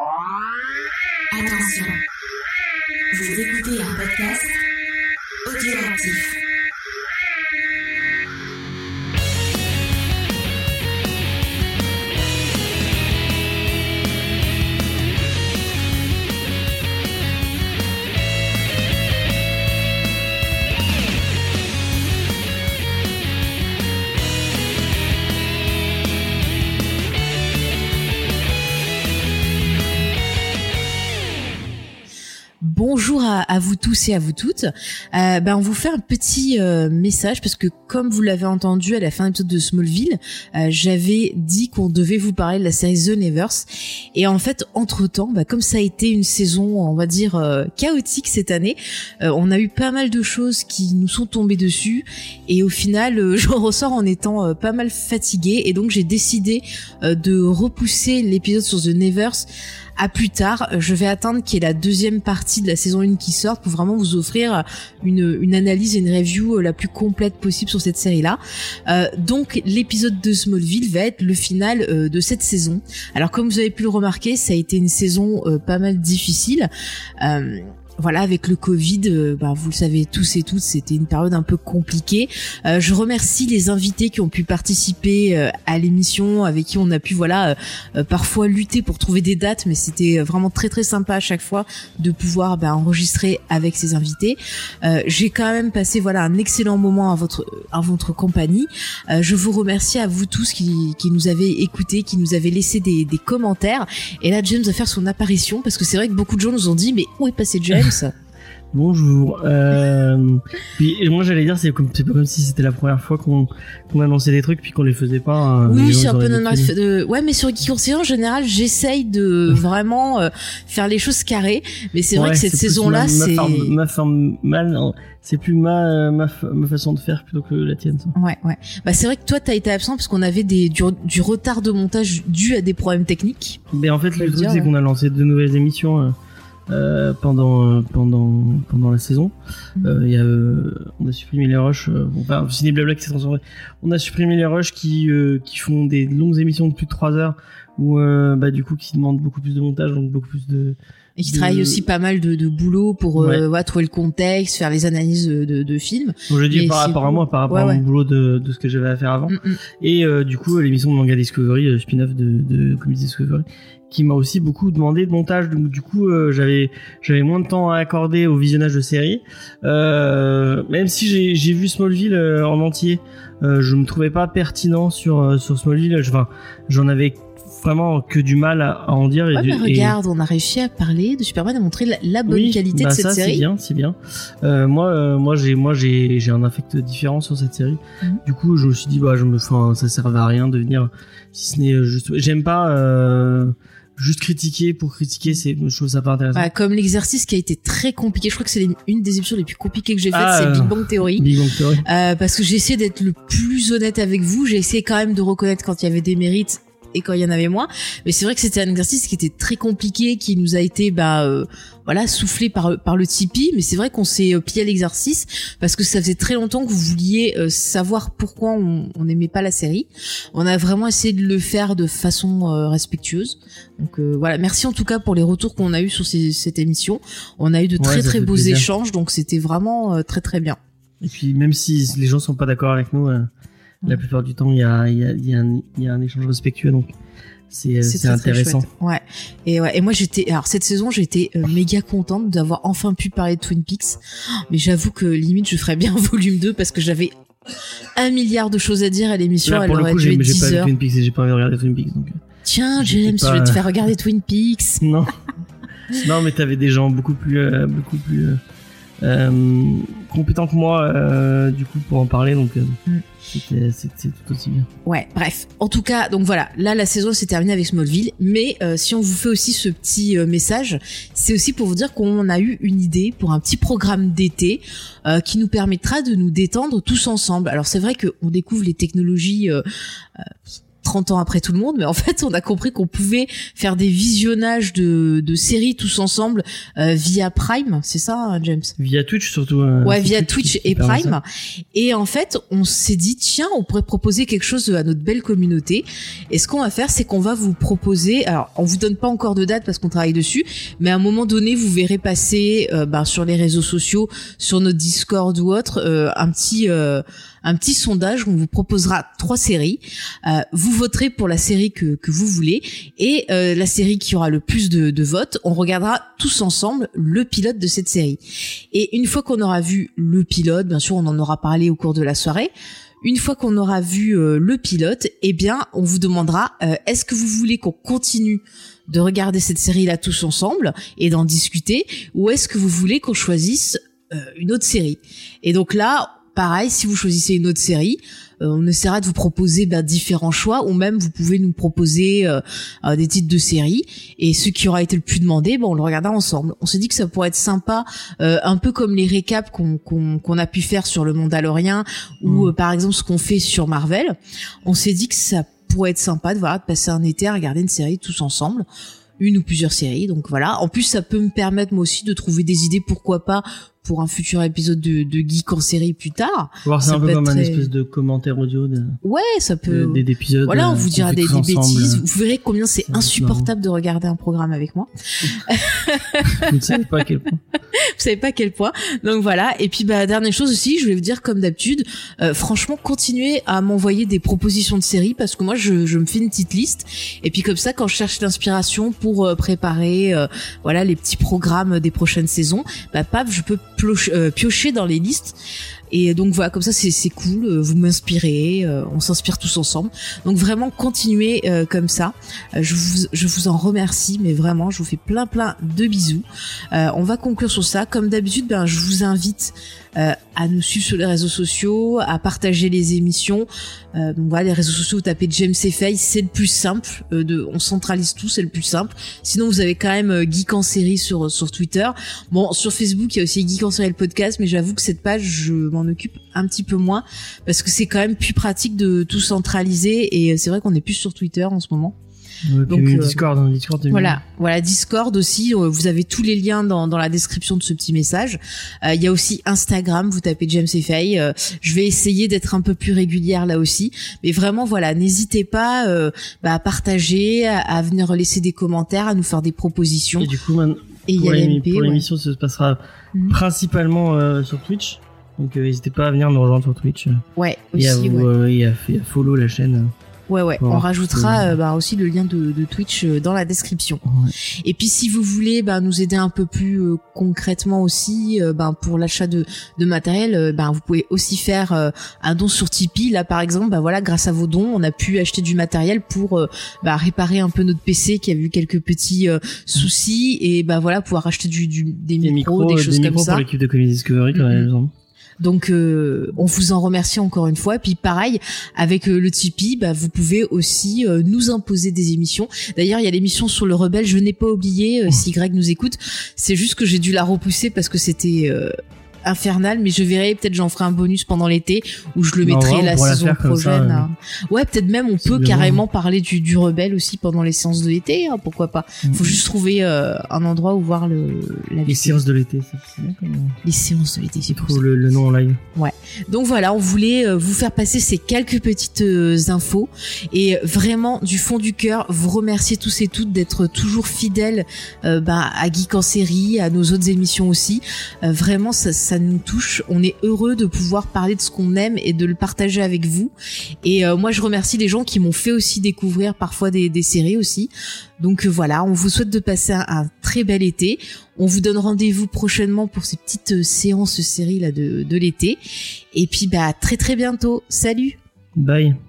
Attention, vous écoutez un podcast audioactif. Bonjour à vous tous et à vous toutes. On vous fait un petit message parce que comme vous l'avez entendu à la fin de l'épisode de Smallville, j'avais dit qu'on devait vous parler de la série The Nevers. Et en fait, entre-temps, comme ça a été une saison, on va dire, chaotique cette année, on a eu pas mal de choses qui nous sont tombées dessus. Et au final, je ressors en étant pas mal fatiguée. Et donc, j'ai décidé de repousser l'épisode sur The Nevers à plus tard. Je vais attendre qu'il y ait la deuxième partie de la saison 1 qui sorte pour vraiment vous offrir une analyse et une review la plus complète possible sur cette série-là. Donc l'épisode de Smallville va être le final de cette saison. Alors comme vous avez pu le remarquer, ça a été une saison pas mal difficile. Voilà, avec le Covid, vous le savez tous et toutes, c'était une période un peu compliquée. Je remercie les invités qui ont pu participer à l'émission, avec qui on a pu parfois lutter pour trouver des dates, mais c'était vraiment très très sympa à chaque fois de pouvoir enregistrer avec ces invités. J'ai quand même passé un excellent moment à votre compagnie. Je vous remercie à vous tous qui nous avez écoutés, qui nous avez laissé des commentaires. Et là, James va faire son apparition parce que c'est vrai que beaucoup de gens nous ont dit mais où est passé James? Bonjour. Puis moi j'allais dire c'est pas comme si c'était la première fois qu'on annonçait des trucs puis qu'on les faisait pas. Oui, c'est un peu ouais, mais sur Geeky Conseiller en général, j'essaye de vraiment faire les choses carrées, mais c'est vrai que cette saison-là, c'est ma forme mal. C'est plus ma façon de faire plutôt que la tienne. Ça. Ouais. C'est vrai que toi t'as été absent parce qu'on avait du retard de montage dû à des problèmes techniques. Mais en fait le truc c'est qu'on a lancé 2 nouvelles émissions. Pendant la saison, on a supprimé les rushs. Ciné Blabla qui s'est transformé. On a supprimé les rushs qui font des longues émissions de plus de 3 heures, où du coup qui demandent beaucoup plus de montage, donc beaucoup plus de. Et qui travaille aussi pas mal de boulot pour trouver le contexte, faire les analyses de films. Donc je dis par rapport à moi, par rapport à mon boulot de ce que j'avais à faire avant. Et du coup l'émission de Manga Discovery, spin-off de Comedy Discovery, qui m'a aussi beaucoup demandé de montage. Donc du coup j'avais moins de temps à accorder au visionnage de séries. Même si j'ai vu Smallville en entier, je me trouvais pas pertinent sur Smallville. J'en avais vraiment que du mal à en dire. Regarde, on a réussi à parler de Superman et montrer la bonne qualité de cette série. C'est bien. Moi j'ai un affect différent sur cette série. Du coup, je me suis dit ça servait à rien de venir, si ce n'est juste. J'aime pas juste critiquer pour critiquer, je trouve ça pas intéressant. Comme l'exercice qui a été très compliqué, je crois que c'est une des émissions les plus compliquées que j'ai faites, c'est Big Bang Theory. Parce que j'ai essayé d'être le plus honnête avec vous, j'ai essayé quand même de reconnaître quand il y avait des mérites et quand il y en avait moins, mais c'est vrai que c'était un exercice qui était très compliqué, qui nous a été soufflé par le Tipeee, mais c'est vrai qu'on s'est plié à l'exercice parce que ça faisait très longtemps que vous vouliez savoir pourquoi on n'aimait pas la série. On a vraiment essayé de le faire de façon respectueuse. Donc merci en tout cas pour les retours qu'on a eu sur cette émission. On a eu de très très beaux échanges, donc c'était vraiment très très bien. Et puis même si les gens sont pas d'accord avec nous, la plupart du temps il y a un échange respectueux, donc c'est intéressant. Ouais. Et moi cette saison j'étais méga contente d'avoir enfin pu parler de Twin Peaks, mais j'avoue que limite je ferais bien un volume 2 parce que j'avais 1 milliard de choses à dire à l'émission. Là, elle aurait dû être 10 heures. J'ai pas vu Twin Peaks et j'ai pas envie de regarder Twin Peaks, donc tiens James, je vais te faire regarder Twin Peaks. Non mais t'avais des gens beaucoup plus compétents que moi du coup pour en parler, donc c'est tout aussi bien. Ouais, bref. En tout cas, donc voilà, là la saison s'est terminée avec Smallville, mais si on vous fait aussi ce petit message, c'est aussi pour vous dire qu'on a eu une idée pour un petit programme d'été qui nous permettra de nous détendre tous ensemble. Alors c'est vrai qu'on découvre les technologies 30 ans après tout le monde, mais en fait on a compris qu'on pouvait faire des visionnages de séries tous ensemble via Prime, c'est ça James? Via Twitch surtout. Ouais, via Twitch et Prime. Et en fait on s'est dit tiens, on pourrait proposer quelque chose à notre belle communauté. Et ce qu'on va faire, c'est qu'on va vous proposer, alors on vous donne pas encore de date parce qu'on travaille dessus, mais à un moment donné vous verrez passer sur les réseaux sociaux, sur notre Discord ou autre, un petit sondage où on vous proposera 3 séries. Vous voterez pour la série que vous voulez et la série qui aura le plus de votes, on regardera tous ensemble le pilote de cette série. Et une fois qu'on aura vu le pilote, bien sûr on en aura parlé au cours de la soirée, une fois qu'on aura vu le pilote, eh bien on vous demandera est-ce que vous voulez qu'on continue de regarder cette série-là tous ensemble et d'en discuter, ou est-ce que vous voulez qu'on choisisse une autre série. Et donc là, pareil, si vous choisissez une autre série, on essaiera de vous proposer différents choix, ou même vous pouvez nous proposer des titres de séries, et ce qui aura été le plus demandé, on le regardera ensemble. On s'est dit que ça pourrait être sympa, un peu comme les récaps qu'on a pu faire sur le Mandalorian, ou par exemple ce qu'on fait sur Marvel. On s'est dit que ça pourrait être sympa de passer un été à regarder une série tous ensemble, une ou plusieurs séries, donc voilà. En plus ça peut me permettre moi aussi de trouver des idées, pourquoi pas, pour un futur épisode de Geek en série plus tard. Voir c'est un peu comme un espèce de commentaire audio ouais, ça peut d'épisodes. Voilà, on vous dira des bêtises, vous verrez combien c'est insupportable de regarder un programme avec moi. Vous ne savez pas à quel point. Vous savez pas à quel point. Donc voilà, et puis dernière chose aussi, je voulais vous dire comme d'habitude, franchement continuez à m'envoyer des propositions de séries, parce que moi je me fais une petite liste, et puis comme ça quand je cherche l'inspiration pour préparer les petits programmes des prochaines saisons, paf, je peux piocher dans les listes. Et donc voilà, comme ça c'est cool, vous m'inspirez, on s'inspire tous ensemble. Donc vraiment continuez comme ça. Je vous en remercie, mais vraiment je vous fais plein de bisous. On va conclure sur ça. Comme d'habitude, je vous invite à nous suivre sur les réseaux sociaux, à partager les émissions. Donc voilà, les réseaux sociaux, vous tapez James et Faye, c'est le plus simple. On centralise tout, c'est le plus simple. Sinon vous avez quand même Geek en série sur Twitter. Bon, sur Facebook il y a aussi Geek en série le podcast, mais j'avoue que cette page je m'en occupe un petit peu moins parce que c'est quand même plus pratique de tout centraliser, et c'est vrai qu'on est plus sur Twitter en ce moment. Ouais, donc Discord, voilà, Discord aussi, vous avez tous les liens dans la description de ce petit message. Il y a aussi Instagram, vous tapez James et Faye. Je vais essayer d'être un peu plus régulière là aussi, mais vraiment voilà, n'hésitez pas à partager, à venir laisser des commentaires, à nous faire des propositions. Et du coup, pour l'émission, ça se passera principalement sur Twitch. Donc n'hésitez pas à venir nous rejoindre sur Twitch. Ouais, et aussi, et à follow la chaîne. Ouais. On rajoutera aussi le lien de Twitch dans la description. Ouais. Et puis si vous voulez nous aider un peu plus concrètement aussi pour l'achat de matériel, vous pouvez aussi faire un don sur Tipeee. Là par exemple, grâce à vos dons, on a pu acheter du matériel pour réparer un peu notre PC qui a eu quelques petits soucis, et pouvoir acheter des micros, des choses comme ça. Pour l'équipe de Comedy Discovery quand même besoin. Donc on vous en remercie encore une fois. Et puis pareil avec le Tipeee, vous pouvez aussi nous imposer des émissions. D'ailleurs il y a l'émission sur le Rebelle, je n'ai pas oublié, si Greg nous écoute. C'est juste que j'ai dû la repousser parce que c'était infernal, mais je verrai, peut-être j'en ferai un bonus pendant l'été où je le mettrai la saison prochaine. Ouais, peut-être même on peut carrément parler du Rebelle aussi pendant les séances de l'été, pourquoi pas. Faut juste trouver un endroit où voir les séances de l'été, c'est bien comme... Les séances de l'été, c'est trop le nom en live. Ouais. Donc voilà, on voulait vous faire passer ces quelques petites infos, et vraiment du fond du cœur vous remercier tous et toutes d'être toujours fidèles à Geek en série, à nos autres émissions aussi. Vraiment ça nous touche, on est heureux de pouvoir parler de ce qu'on aime et de le partager avec vous. Et moi je remercie les gens qui m'ont fait aussi découvrir parfois des séries aussi. Donc voilà, on vous souhaite de passer un très bel été. On vous donne rendez-vous prochainement pour ces petites séances séries là de l'été. Et puis très très bientôt. Salut. Bye.